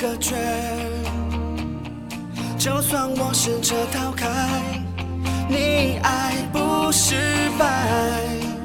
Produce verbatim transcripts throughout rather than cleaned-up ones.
隔绝，就算我试着逃开，你爱不失败。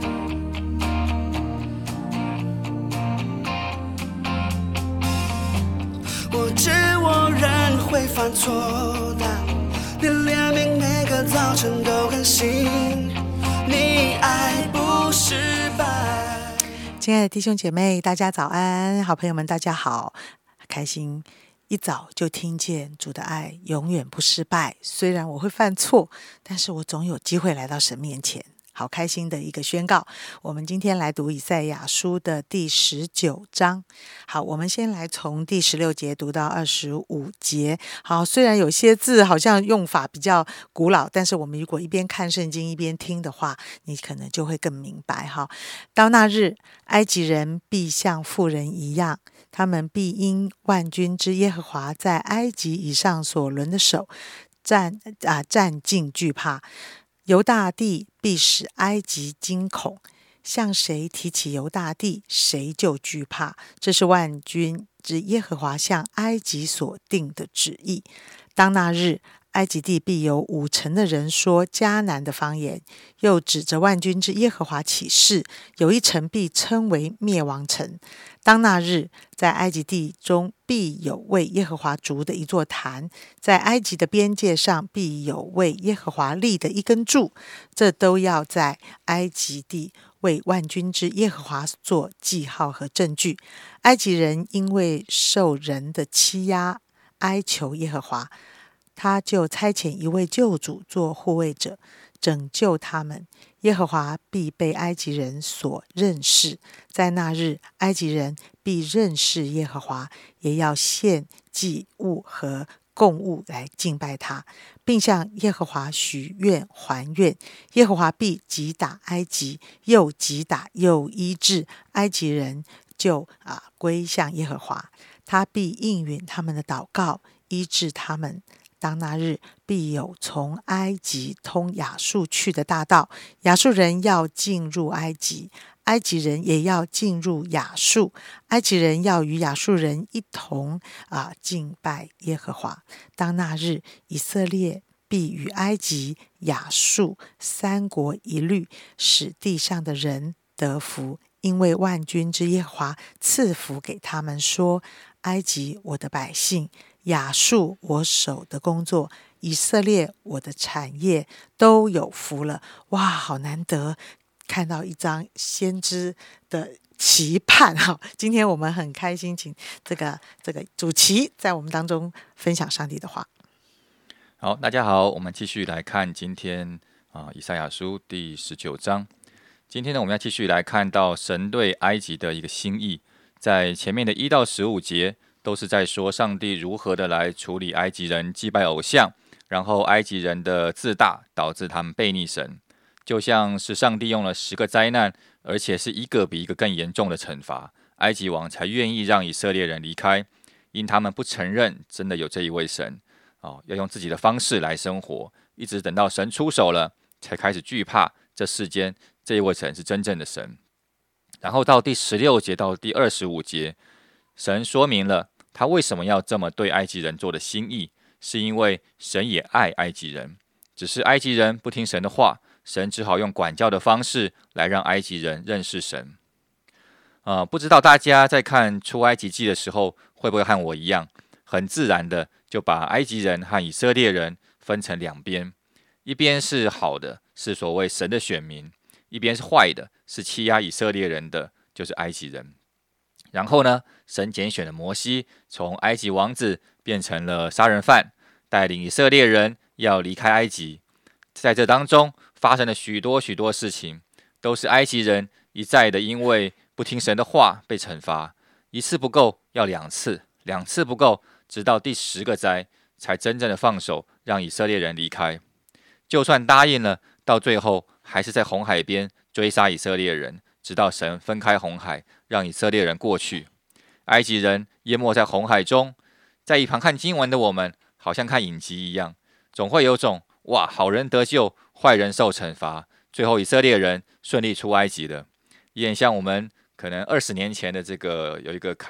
我知我人会犯错的，连怜悯每个早晨都很新，你爱不失败。 亲爱的弟兄姐妹，大家早安，好朋友们大家好，开心一早就听见主的爱永远不失败。虽然我会犯错，但是我总有机会来到神面前，好开心的一个宣告。我们今天来读以赛亚书的第十九章。好，我们先来从第十六节读到二十五节。好，虽然有些字好像用法比较古老，但是我们如果一边看圣经一边听的话，你可能就会更明白。哈，到那日，埃及人必像妇人一样，他们必因万军之耶和华在埃及以上所抡的手战啊战尽惧怕。犹大地必使埃及惊恐，向谁提起犹大地，谁就惧怕。这是万军之耶和华向埃及所定的旨意。当那日，埃及地必有五成的人说迦南的方言，又指着万军之耶和华起誓，有一城必称为灭亡城。当那日，在埃及地中必有为耶和华筑的一座坛，在埃及的边界上必有为耶和华立的一根柱，这都要在埃及地为万军之耶和华做记号和证据。埃及人因为受人的欺压，哀求耶和华，他就差遣一位救主做护卫者，拯救他们。耶和华必被埃及人所认识，在那日，埃及人必认识耶和华，也要献祭物和供物来敬拜他，并向耶和华许愿还愿。耶和华必击打埃及，又击打又医治，埃及人就啊归向耶和华，他必应允他们的祷告，医治他们。当那日，必有从埃及通亚述去的大道，亚述人要进入埃及，埃及人也要进入亚述，埃及人要与亚述人一同啊敬拜耶和华。当那日，以色列必与埃及、亚述三国一律，使地上的人得福，因为万军之耶和华赐福给他们，说：埃及我的百姓，亚述我手的工作，以色列我的产业都有福了。哇，好难得看到一张先知的期盼哈！今天我们很开心，请这个这个主席在我们当中分享上帝的话。 好，大家好，我们继续来看今天啊以赛亚书第十九章。今天呢，我们要继续来看到神对埃及的一个心意。在前面的一到十五节，都是在说上帝如何的来处理埃及人祭拜偶像，然后埃及人的自大导致他们悖逆神，就像是上帝用了十个灾难，而且是一个比一个更严重的惩罚，埃及王才愿意让以色列人离开，因他们不承认真的有这一位神，哦，要用自己的方式来生活，一直等到神出手了，才开始惧怕这世间这一位神是真正的神。然后到第十六节到第二十五节，神说明了他为什么要这么对埃及人做的心意，是因为神也爱埃及人，只是埃及人不听神的话，神只好用管教的方式来让埃及人认识神。呃、不知道大家在看出埃及记的时候，会不会和我一样，很自然的就把埃及人和以色列人分成两边，一边是好的，是所谓神的选民，一边是坏的，是欺压以色列人的，就是埃及人。然后呢，神拣选了摩西，从埃及王子变成了杀人犯，带领以色列人要离开埃及。在这当中发生了许多许多事情，都是埃及人一再的因为不听神的话被惩罚，一次不够要两次，两次不够，直到第十个灾才真正的放手让以色列人离开。就算答应了，到最后还是在红海边追杀以色列人，直到神分开红海，让以色列人过去。埃及人淹没在红海中，在一旁看经文的我们，好像看影集一样，总会有种哇，好人得救，坏人受惩罚，最后以色列人顺利出埃及的。也很像我们可能二十年前的这个有一个卡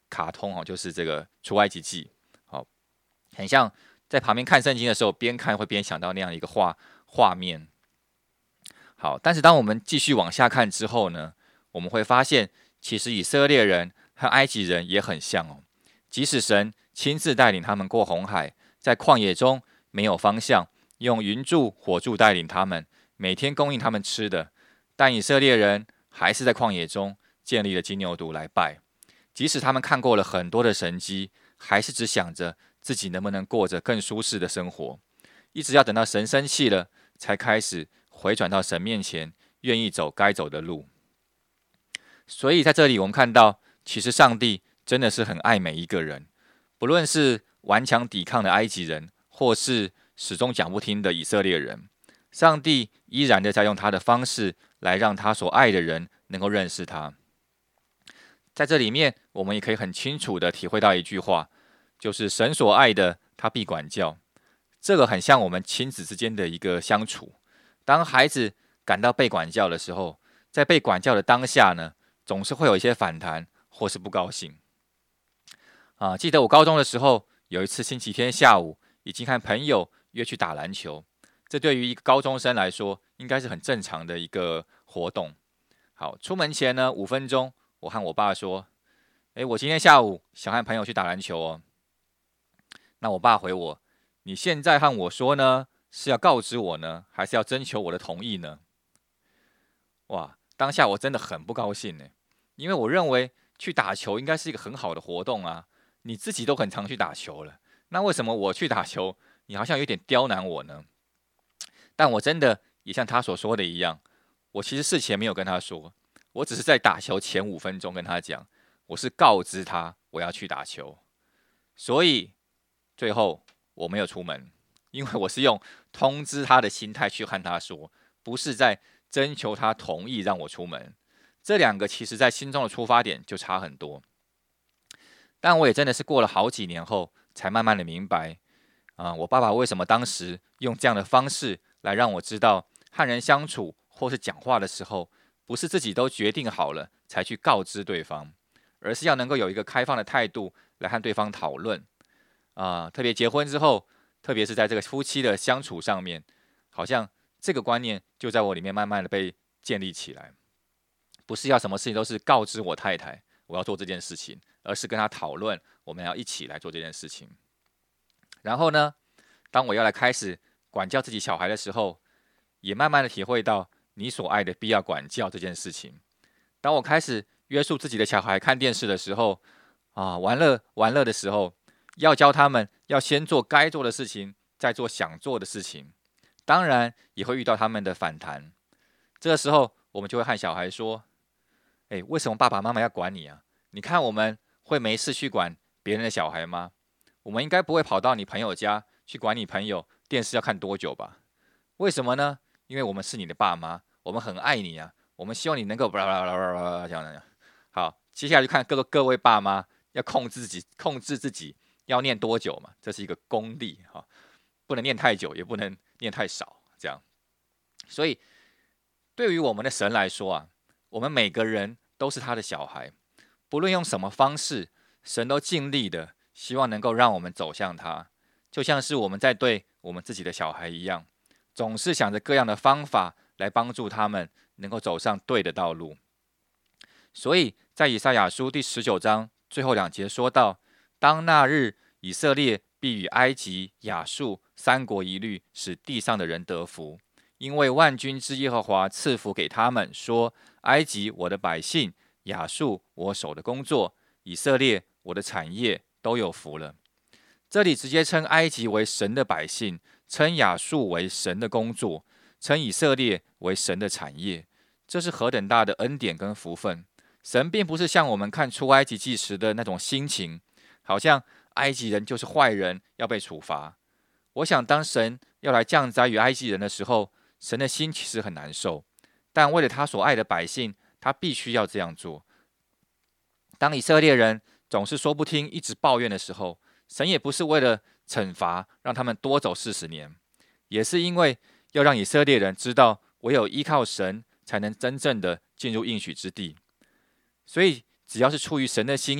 卡通哦，就是这个出埃及记，好，很像在旁边看圣经的时候，边看会边想到那样一个画画面。好，但是当我们继续往下看之后呢，我们会发现，其实以色列人和埃及人也很像哦。即使神亲自带领他们过红海，在旷野中没有方向，用云柱火柱带领他们，每天供应他们吃的，但以色列人还是在旷野中建立了金牛犊来拜。即使他们看过了很多的神迹，还是只想着自己能不能过着更舒适的生活，一直要等到神生气了，才开始回转到神面前，愿意走该走的路。所以在这里我们看到，其实上帝真的是很爱每一个人，不论是顽强抵抗的埃及人，或是始终讲不听的以色列人，上帝依然的在用他的方式来让他所爱的人能够认识他。在这里面，我们也可以很清楚的体会到一句话，就是神所爱的，他必管教。这个很像我们亲子之间的一个相处。当孩子感到被管教的时候，在被管教的当下呢，总是会有一些反弹或是不高兴。啊，记得我高中的时候，有一次星期天下午，已经和朋友约去打篮球。这对于一个高中生来说，应该是很正常的一个活动。好，出门前呢，五分钟，我和我爸说：“诶，我今天下午想和朋友去打篮球哦。”那我爸回我：“你现在和我说呢，是要告知我呢，还是要征求我的同意呢？”哇，当下我真的很不高兴呢，因为我认为去打球应该是一个很好的活动啊，你自己都很常去打球了，那为什么我去打球，你好像有点刁难我呢？但我真的也像他所说的一样，我其实事前没有跟他说，我只是在打球前五分钟跟他讲，我是告知他我要去打球，所以最后我没有出门，因为我是用通知他的心态去和他说，不是在征求他同意让我出门。这两个其实在心中的出发点就差很多。但我也真的是过了好几年后，才慢慢的明白，啊、呃，我爸爸为什么当时用这样的方式来让我知道，和人相处或是讲话的时候，不是自己都决定好了才去告知对方，而是要能够有一个开放的态度来和对方讨论。啊、呃，特别结婚之后，特别是在这个夫妻的相处上面，好像这个观念就在我里面慢慢的被建立起来，不是要什么事情都是告知我太太我要做这件事情，而是跟她讨论我们要一起来做这件事情。然后呢，当我要来开始管教自己小孩的时候，也慢慢的体会到你所爱的必要管教这件事情。当我开始约束自己的小孩看电视的时候，啊，玩乐玩乐的时候，要教他们要先做该做的事情，再做想做的事情。当然也会遇到他们的反弹。这个时候，我们就会和小孩说：“哎，为什么爸爸妈妈要管你啊？你看我们会没事去管别人的小孩吗？我们应该不会跑到你朋友家去管你朋友电视要看多久吧？为什么呢？因为我们是你的爸妈，我们很爱你啊，我们希望你能够巴拉巴拉巴拉巴拉这样的。好，接下来就看各个各位爸妈要控制自己，控制自己要念多久嘛，这是一个功力哈，不能念太久，也不能念太少，这样。所以，对于我们的神来说啊，我们每个人都是他的小孩，不论用什么方式，神都尽力的希望能够让我们走向他，就像是我们在对我们自己的小孩一样，总是想着各样的方法来帮助他们能够走上对的道路。所以在以赛亚书第十九章最后两节说到，当那日，以色列必与埃及、亚述三国一律，使地上的人得福。因为万军之耶和华赐福给他们，说：埃及我的百姓，亚述我手的工作，以色列我的产业都有福了。这里直接称埃及为神的百姓，称亚述为神的工作，称以色列为神的产业，这是何等大的恩典跟福分！神并不是像我们看出埃及记时的那种心情，好像埃及人就是坏人，要被处罚。我想当神要来降灾于埃及人的时候，神的心其实很难受，但为了他所爱的百姓，他必须要这样做。当以色列人总是说不听，一直抱怨的时候，神也不是为了惩罚让他们多走四十年，也是因为要让以色列人知道，唯有依靠神才能真正的进入应许之地。所以只要是出于神的心意，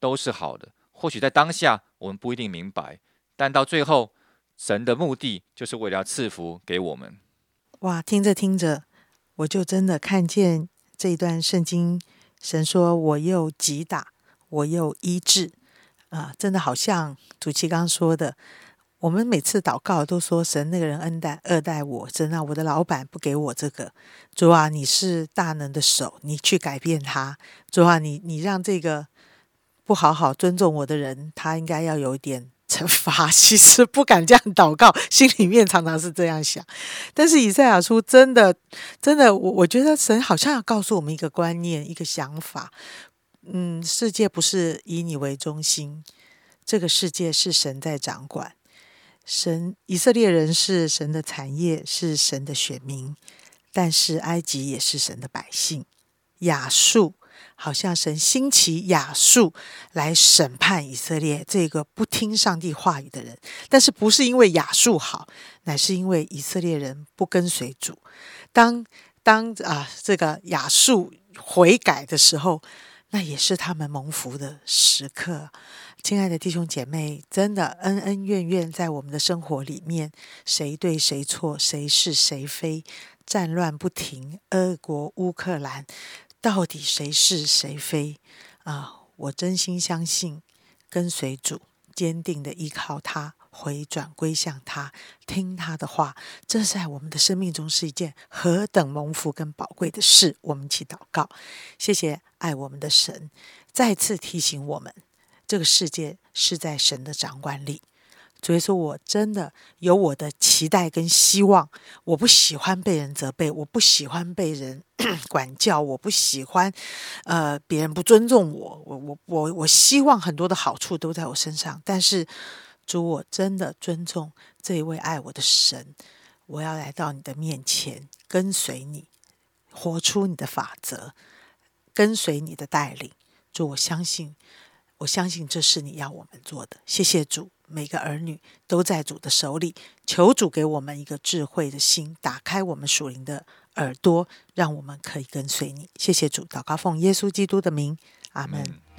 都是好的。或许在当下我们不一定明白，但到最后，神的目的就是为了要赐福给我们。 哇，听着听着，我就真的看见这一段圣经，神说我又击打，我又医治，啊、真的好像主席刚说的，我们每次祷告都说神那个人恩待恶待我，神啊，我的老板不给我这个，主啊，你是大能的手，你去改变他，主啊，你你让这个不好好尊重我的人，他应该要有一点惩罚。其实不敢这样祷告，心里面常常是这样想。但是以赛亚书真的真的，我我觉得神好像要告诉我们一个观念，一个想法。嗯，世界不是以你为中心，这个世界是神在掌管。神以色列人是神的产业，是神的选民，但是埃及也是神的百姓。亚述好像神兴起亚述来审判以色列这个不听上帝话语的人，但是不是因为亚述好，乃是因为以色列人不跟随主。当当啊这个亚述悔改的时候，那也是他们蒙福的时刻。亲爱的弟兄姐妹，真的恩恩怨怨在我们的生活里面，谁对谁错，谁是谁非，战乱不停，俄国乌克兰，到底谁是谁非啊？我真心相信，跟随主，坚定的依靠他，回转归向他，听他的话，这在我们的生命中是一件何等蒙福跟宝贵的事。我们一起祷告，谢谢爱我们的神，再次提醒我们，这个世界是在神的掌管里。所以说我真的有我的期待跟希望，我不喜欢被人责备，我不喜欢被人管教，我不喜欢呃别人不尊重我，我我我我希望很多的好处都在我身上，但是主，我真的尊重这一位爱我的神，我要来到你的面前，跟随你，活出你的法则，跟随你的带领。主，我相信我相信这是你要我们做的。谢谢主，每个儿女都在主的手里，求主给我们一个智慧的心，打开我们属灵的耳朵，让我们可以跟随你。谢谢主，祷告奉耶稣基督的名，阿们。